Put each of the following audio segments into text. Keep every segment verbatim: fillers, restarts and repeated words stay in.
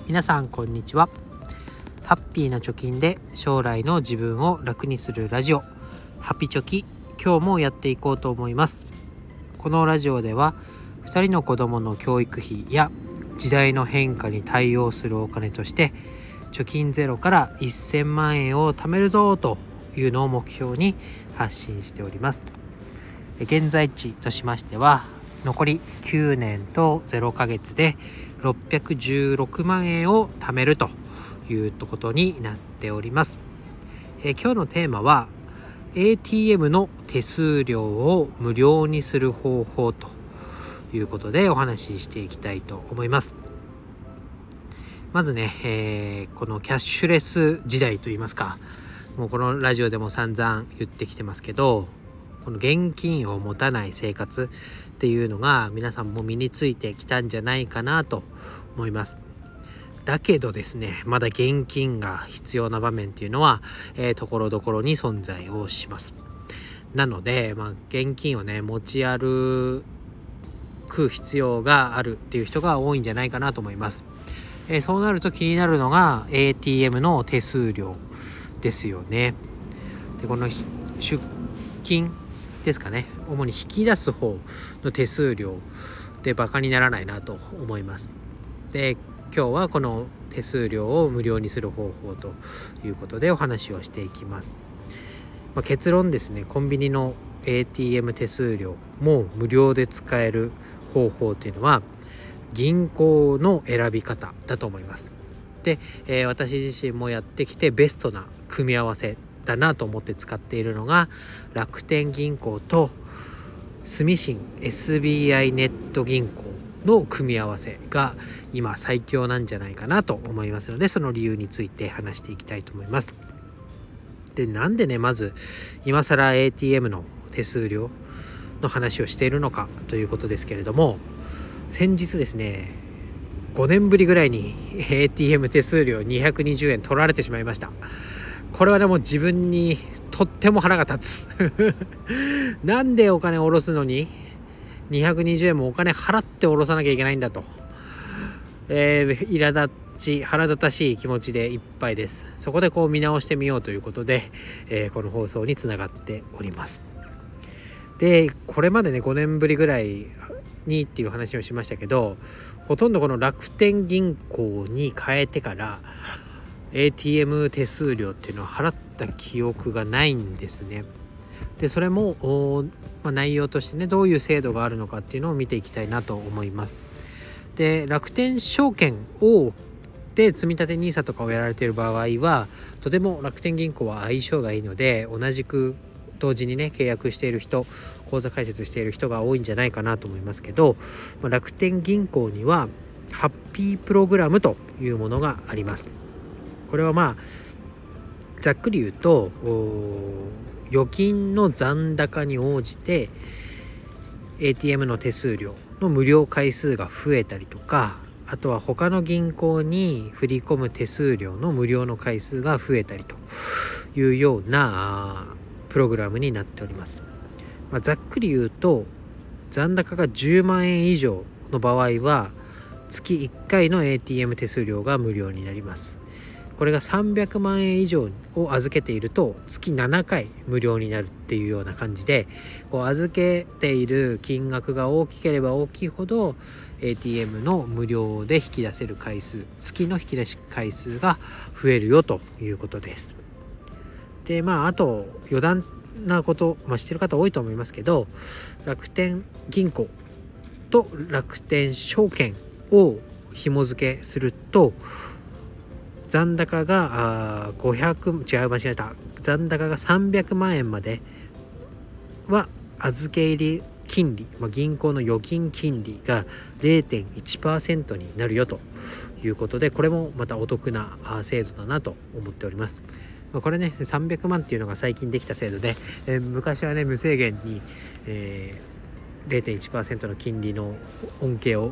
皆さんこんにちは。ハッピーな貯金で将来の自分を楽にするラジオ、ハピチョキ、今日もやっていこうと思います。このラジオではふたりの子どもの教育費や時代の変化に対応するお金として貯金ゼロからせんまんえんを貯めるぞというのを目標に発信しております。現在地としましては残りきゅうねんとゼロかげつでろっぴゃくじゅうろくまんえんを貯めるということになっております。え今日のテーマは エーティーエム の手数料を無料にする方法ということでお話ししていきたいと思います。まずね、えー、このキャッシュレス時代といいますか、もうこのラジオでも散々言ってきてますけど、この現金を持たない生活っていうのが皆さんも身についてきたんじゃないかなと思います。だけどですね、まだ現金が必要な場面っていうのは、えー、ところどころに存在をします。なので、まあ、現金をね持ち歩く必要があるっていう人が多いんじゃないかなと思います。えー、そうなると気になるのが エーティーエム の手数料ですよね。で、この出金ですかね、主に引き出す方の手数料でバカにならないなと思います。で、今日はこの手数料を無料にする方法ということでお話をしていきます。まあ、結論ですね、コンビニの エーティーエム 手数料も無料で使える方法というのは銀行の選び方だと思います。で、えー、私自身もやってきてベストな組み合わせだなと思って使っているのが楽天銀行と住信 エスビーアイ ネット銀行の組み合わせが今最強なんじゃないかなと思いますので、その理由について話していきたいと思います。で、なんでねまず今更 エーティーエム の手数料の話をしているのかということですけれども、先日ですねごねんぶりぐらいに エーティーエム 手数料にひゃくにじゅうえん取られてしまいました。これはでも自分にとっても腹が立つなんでお金を下ろすのににひゃくにじゅうえんもお金払って下ろさなきゃいけないんだと、えー、苛立ち腹立たしい気持ちでいっぱいです。そこでこう見直してみようということで、えー、この放送につながっております。で、これまでねごねんぶりぐらいにっていう話をしましたけど、ほとんどこの楽天銀行に変えてからエーティーエム 手数料っていうのは払った記憶がないんですね。で、それも、まあ、内容としてねどういう制度があるのかっていうのを見ていきたいなと思います。で、楽天証券をで積立 ニーサ とかをやられている場合はとても楽天銀行は相性がいいので、同じく同時にね契約している人、口座開設している人が多いんじゃないかなと思いますけど、まあ、楽天銀行にはハッピープログラムというものがあります。これはまあざっくり言うと預金の残高に応じて エーティーエム の手数料の無料回数が増えたりとか、あとは他の銀行に振り込む手数料の無料の回数が増えたりというようなプログラムになっております。まあ、ざっくり言うと残高がじゅうまんえん以上の場合は月いっかいの エーティーエム 手数料が無料になります。これがさんびゃくまんえん以上を預けていると月ななかい無料になるっていうような感じで、こう預けている金額が大きければ大きいほど エーティーエム の無料で引き出せる回数、月の引き出し回数が増えるよということです。で、まああと余談なこと、まあ、知ってる方多いと思いますけど、楽天銀行と楽天証券を紐付けすると残高がごひゃく違う間違えた残高がさんびゃくまんえんまでは預け入り金利、まあ、銀行の預金金利が れいてんいちパーセント になるよということで、これもまたお得な制度だなと思っております。まあ、これねさんびゃくまんっていうのが最近できた制度で、えー、昔はね無制限に、えー、れいてんいちパーセント の金利の恩恵を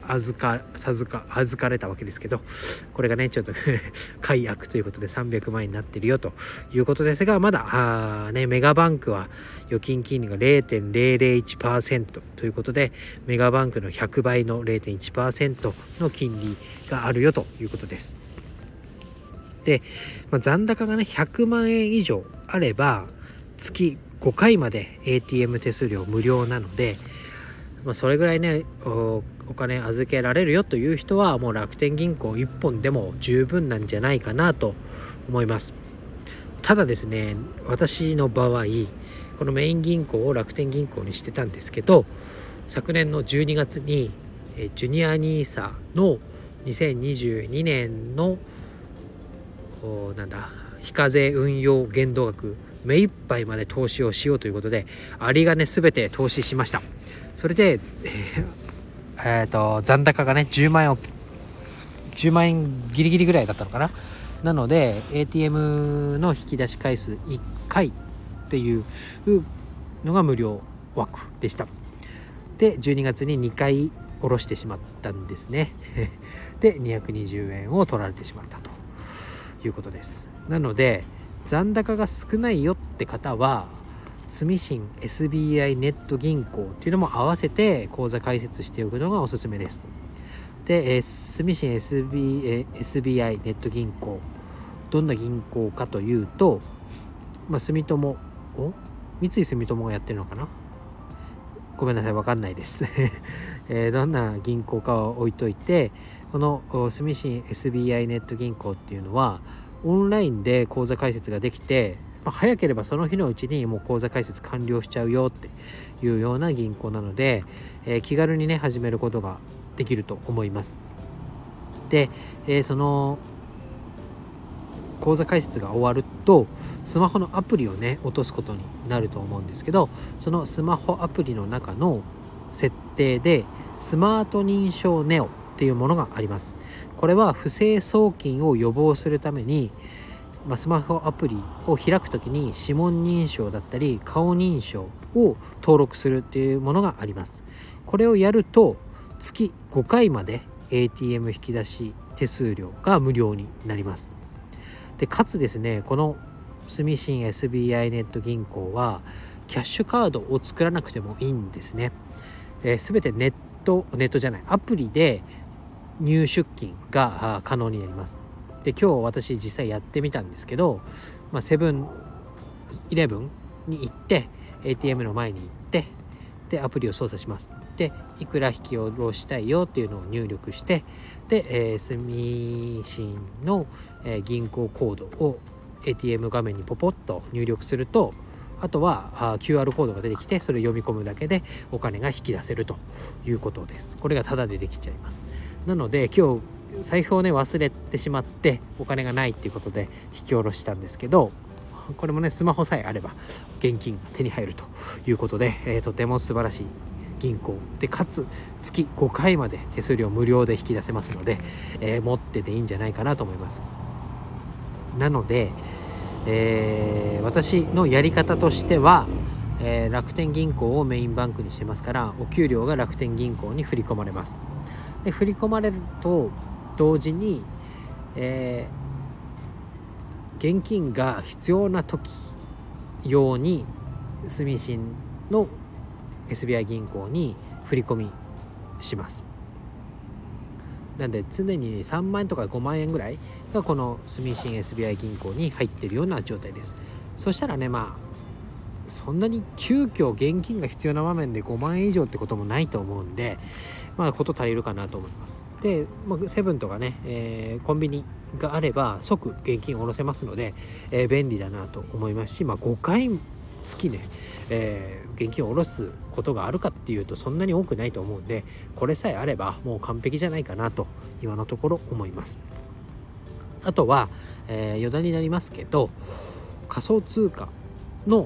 預か授か預かれたわけですけど、これがねちょっと解約ということでさんびゃくまんえんになってるよということですが、まだあ、ね、メガバンクは預金金利が ゼロてんゼロゼロいちパーセント ということで、メガバンクのひゃくばいの ゼロてんいちパーセント の金利があるよということです。で、まあ、残高がねひゃくまんえん以上あれば月ごかいまで エーティーエム 手数料無料なので、まあ、それぐらいね お, お金預けられるよという人はもう楽天銀行いっぽんでも十分なんじゃないかなと思います。ただですね、私の場合このメイン銀行を楽天銀行にしてたんですけど、昨年のじゅうにがつにジュニアニーサのにせんにじゅうにねんのなんだ非課税運用限度額目いっぱいまで投資をしようということで、有り金すべて投資しました。それで、えーえー、と残高がねじゅうまんえんをじゅうまんえんギリギリぐらいだったのかな。なので エーティーエム の引き出し回数いっかいっていうのが無料枠でした。でじゅうにがつににかい下ろしてしまったんですねでにひゃくにじゅうえんを取られてしまったということです。なので残高が少ないよって方は住信 エスビーアイ ネット銀行っていうのも合わせて口座開設しておくのがおすすめです。で、えー、住信 エスビー、えー、エスビーアイ ネット銀行どんな銀行かというと、まあ、住友お三井住友がやってるのかな、ごめんなさい分かんないです、えー、どんな銀行かは置いといて、この住信 エスビーアイ ネット銀行っていうのはオンラインで口座開設ができて、まあ、早ければその日のうちにもう口座開設完了しちゃうよっていうような銀行なので、えー、気軽にね始めることができると思います。で、えー、その口座開設が終わるとスマホのアプリをね落とすことになると思うんですけど、そのスマホアプリの中の設定でスマート認証ネオっていうものがあります。これは不正送金を予防するために、まあ、スマホアプリを開くときに指紋認証だったり顔認証を登録するっていうものがあります。これをやると月ごかいまで エーティーエム 引き出し手数料が無料になります。でかつですね、この住信 エスビーアイ ネット銀行はキャッシュカードを作らなくてもいいんですね。すべてネットネットじゃないアプリで入出金が可能になります。で今日私実際やってみたんですけど、まあ、セブンイレブンに行って エーティーエム の前に行ってでアプリを操作します。でいくら引き下ろしたいよっていうのを入力して、で、えー、住信の、えー、銀行コードを エーティーエム 画面にポポッと入力すると、あとはあ キューアール コードが出てきてそれを読み込むだけでお金が引き出せるということです。これがタダでできちゃいます。なので今日財布をね忘れてしまってお金がないっていうことで引き下ろしたんですけど、これもねスマホさえあれば現金が手に入るということで、えー、とても素晴らしい銀行で、かつ月ごかいまで手数料無料で引き出せますので、えー、持ってていいんじゃないかなと思います。なので、えー、私のやり方としては、えー、楽天銀行をメインバンクにしてますから、お給料が楽天銀行に振り込まれます。で振り込まれると同時に、えー、現金が必要な時用に住信の エスビーアイ 銀行に振り込みします。なんで常にさんまんえんとかごまんえんぐらいがこの住信 エスビーアイ 銀行に入っているような状態です。そしたらね、まあそんなに急遽現金が必要な場面でごまんえん以上ってこともないと思うんで、まあこと足りるかなと思います。で、まあ、セブンとかね、えー、コンビニがあれば即現金を下ろせますので、えー、便利だなと思いますし、まあ、ごかい月ね、えー、現金を下ろすことがあるかっていうとそんなに多くないと思うんで、これさえあればもう完璧じゃないかなと今のところ思います。あとは、えー、余談になりますけど、仮想通貨の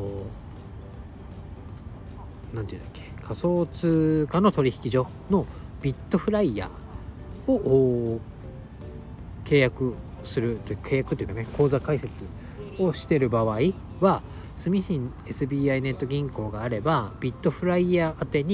なんていうんだっけ仮想通貨の取引所のビットフライヤーを契約するという契約というかね口座開設をしている場合は住信 エスビーアイ ネット銀行があればビットフライヤー宛てに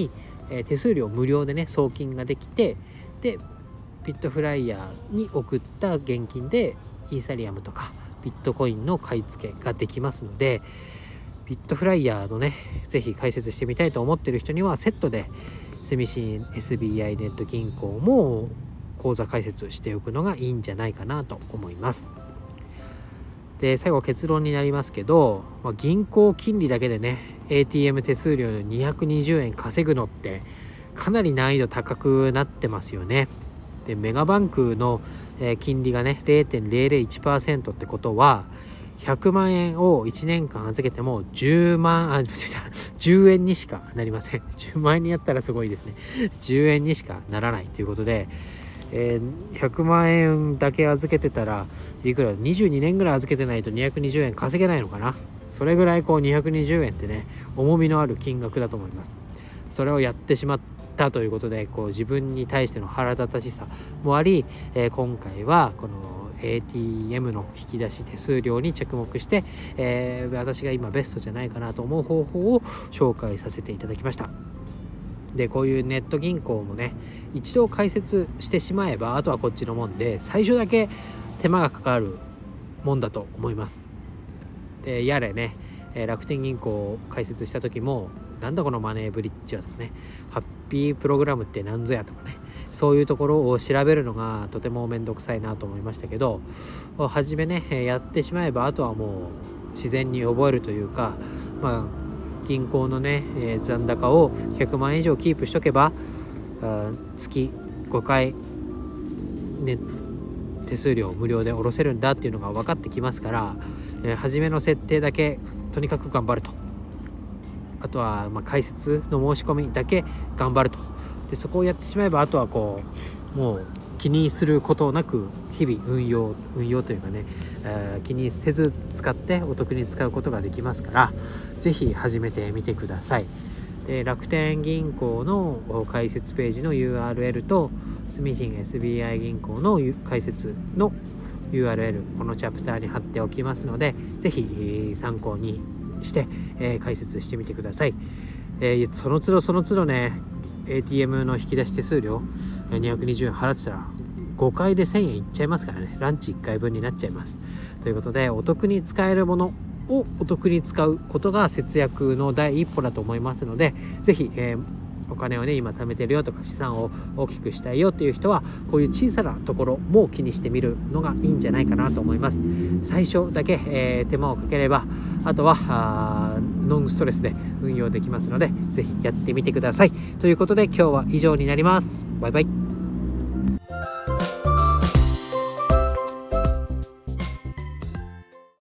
えー、手数料無料でね送金ができて、でビットフライヤーに送った現金でイーサリアムとかビットコインの買い付けができますので、ビットフライヤーのねぜひ解説してみたいと思っている人にはセットで住信 エスビーアイ ネット銀行も口座開設しておくのがいいんじゃないかなと思います。で最後結論になりますけど、まあ、銀行金利だけでね エーティーエム 手数料のにひゃくにじゅうえん稼ぐのってかなり難易度高くなってますよね。でメガバンクの、えー、金利がね ゼロてんゼロゼロいちパーセント ってことはひゃくまんえんをいちねんかん預けてもじゅうまんあじゅうえんにしかなりません。じゅうまんえんにやったらすごいですね。じゅうえんにしかならないということで、えー、ひゃくまんえんだけ預けてたらいくらにじゅうにねんぐらい預けてないとにひゃくにじゅうえん稼げないのかな。それぐらいこうにひゃくにじゅうえんってね重みのある金額だと思います。それをやってしまったということでこう自分に対しての腹立たしさもあり、えー、今回はこのエーティーエム の引き出し手数料に着目して、えー、私が今ベストじゃないかなと思う方法を紹介させていただきました。でこういうネット銀行もね一度開設してしまえばあとはこっちのもんで、最初だけ手間がかかるもんだと思います。でやれね楽天銀行を開設した時もなんだこのマネーブリッジはとかね、ハッピープログラムって何ぞやとかね、そういうところを調べるのがとてもめんどくさいなと思いましたけど、初めねやってしまえばあとはもう自然に覚えるというか、まあ銀行のね、えー、残高をひゃくまんえん以上キープしとけば月ごかい、ね、手数料無料で下ろせるんだっていうのが分かってきますから、えー、初めの設定だけとにかく頑張ると、あとはまあ開設の申し込みだけ頑張ると、でそこをやってしまえばあとはこうもう気にすることなく日々運用運用というかね、えー、気にせず使ってお得に使うことができますから、ぜひ始めてみてください。で楽天銀行の開設ページの ユーアールエル と住信 エスビーアイ 銀行の開設の ユーアールエル このチャプターに貼っておきますので、ぜひ参考にして、えー、解説してみてください。えー、その都度その都度ね エーティーエム の引き出し手数料にひゃくにじゅうえん払ってたらごかいでせんえんいっちゃいますからね、ランチいっかいぶんになっちゃいます。ということでお得に使えるものをお得に使うことが節約の第一歩だと思いますので、ぜひ、えーお金をね今貯めてるよとか資産を大きくしたいよっていう人はこういう小さなところも気にしてみるのがいいんじゃないかなと思います。最初だけ、えー、手間をかければあとはあノンストレスで運用できますので、ぜひやってみてください。ということで今日は以上になります。バイバイ。